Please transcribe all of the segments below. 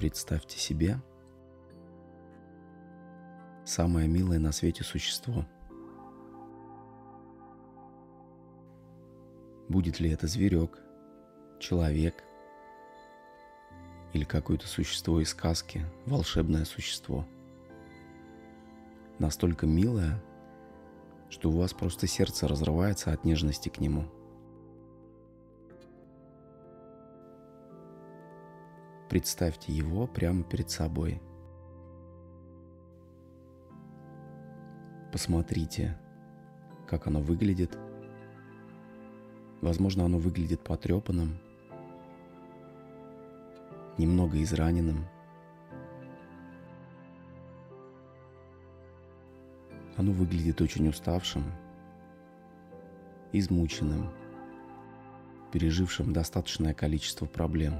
Представьте себе самое милое на свете существо. Будет ли это зверек, человек или какое-то существо из сказки, волшебное существо. Настолько милое, что у вас просто сердце разрывается от нежности к нему. Представьте его прямо перед собой. Посмотрите, как оно выглядит. Возможно, оно выглядит потрепанным, немного израненным. Оно выглядит очень уставшим, измученным, пережившим достаточное количество проблем.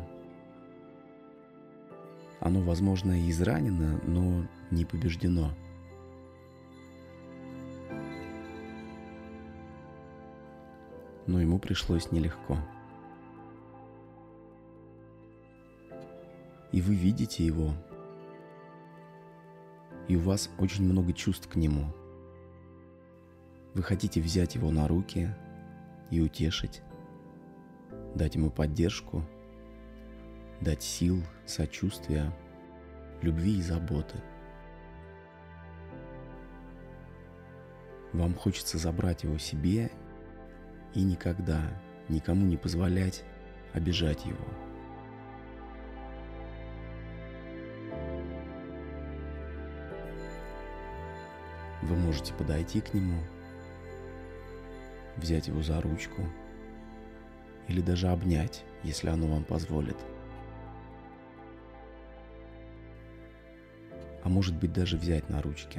Оно, возможно, и изранено, но не побеждено. Но ему пришлось нелегко. И вы видите его, и у вас очень много чувств к нему. Вы хотите взять его на руки и утешить, дать ему поддержку, дать сил, сочувствия, любви и заботы. Вам хочется забрать его себе и никогда никому не позволять обижать его. Вы можете подойти к нему, взять его за ручку или даже обнять, если оно вам позволит. А может быть, даже взять на ручки.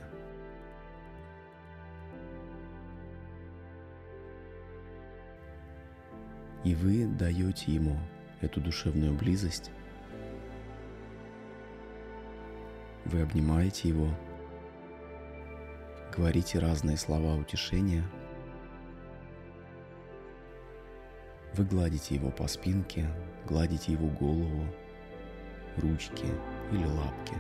И вы даете ему эту душевную близость. Вы обнимаете его, говорите разные слова утешения. Вы гладите его по спинке, гладите его голову, ручки или лапки.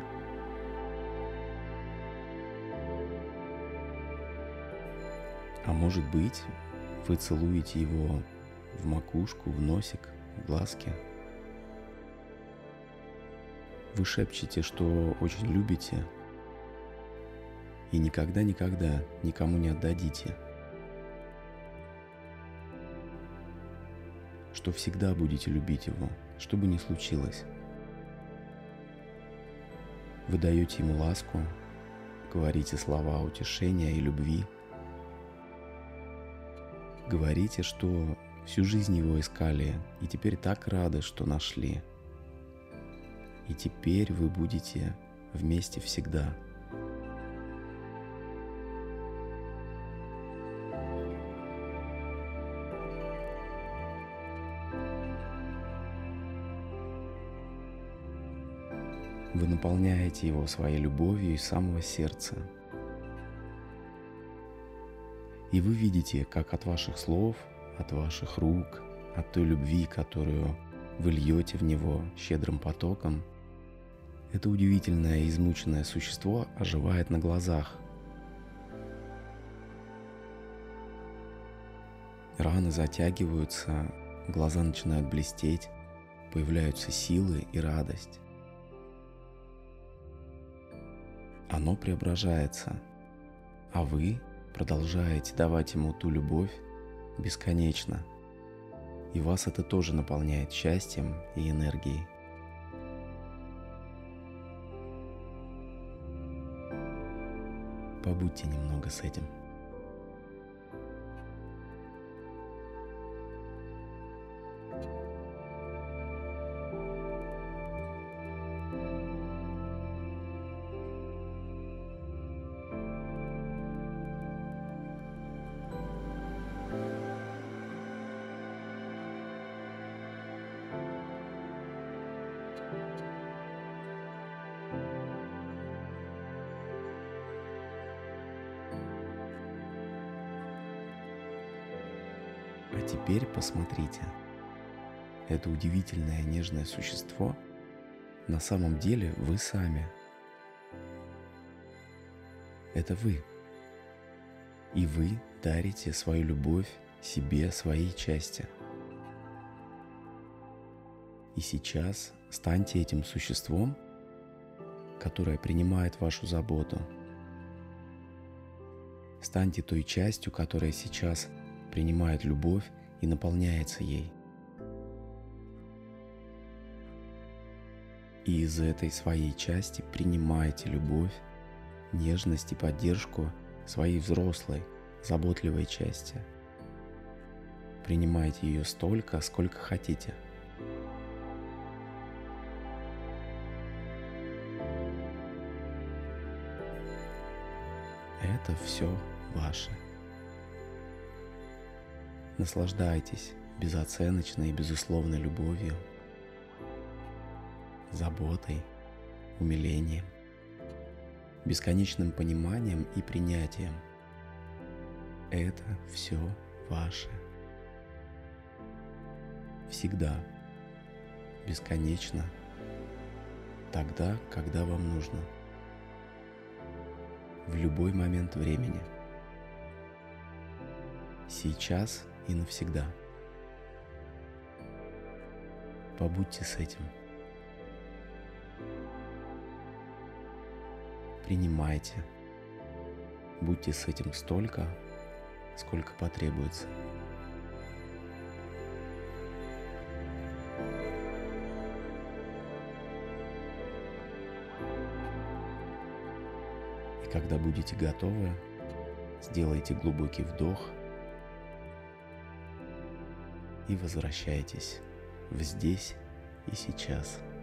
А может быть, вы целуете его в макушку, в носик, в глазки. Вы шепчете, что очень любите и никогда-никогда никому не отдадите. Что всегда будете любить его, что бы ни случилось. Вы даете ему ласку, говорите слова утешения и любви. Говорите, что всю жизнь его искали, и теперь так рады, что нашли. И теперь вы будете вместе всегда. Вы наполняете его своей любовью из самого сердца. И вы видите, как от ваших слов, от ваших рук, от той любви, которую вы льете в него щедрым потоком, это удивительное измученное существо оживает на глазах. Раны затягиваются, глаза начинают блестеть, появляются силы и радость. Оно преображается, а вы продолжаете давать ему ту любовь бесконечно, и вас это тоже наполняет счастьем и энергией. Побудьте немного с этим. А теперь посмотрите. Это удивительное нежное существо на самом деле вы сами. Это вы. И вы дарите свою любовь себе, своей части. И сейчас станьте этим существом, которое принимает вашу заботу. Станьте той частью, которая сейчас принимает любовь и наполняется ей. И из этой своей части принимайте любовь, нежность и поддержку своей взрослой, заботливой части. Принимайте ее столько, сколько хотите. Это все ваше. Наслаждайтесь безоценочной и безусловной любовью, заботой, умилением, бесконечным пониманием и принятием. Это все ваше. Всегда, бесконечно, тогда, когда вам нужно, в любой момент времени, сейчас и навсегда. Побудьте с этим. Принимайте. Будьте с этим столько, сколько потребуется. И когда будете готовы, сделайте глубокий вдох и возвращайтесь в здесь и сейчас.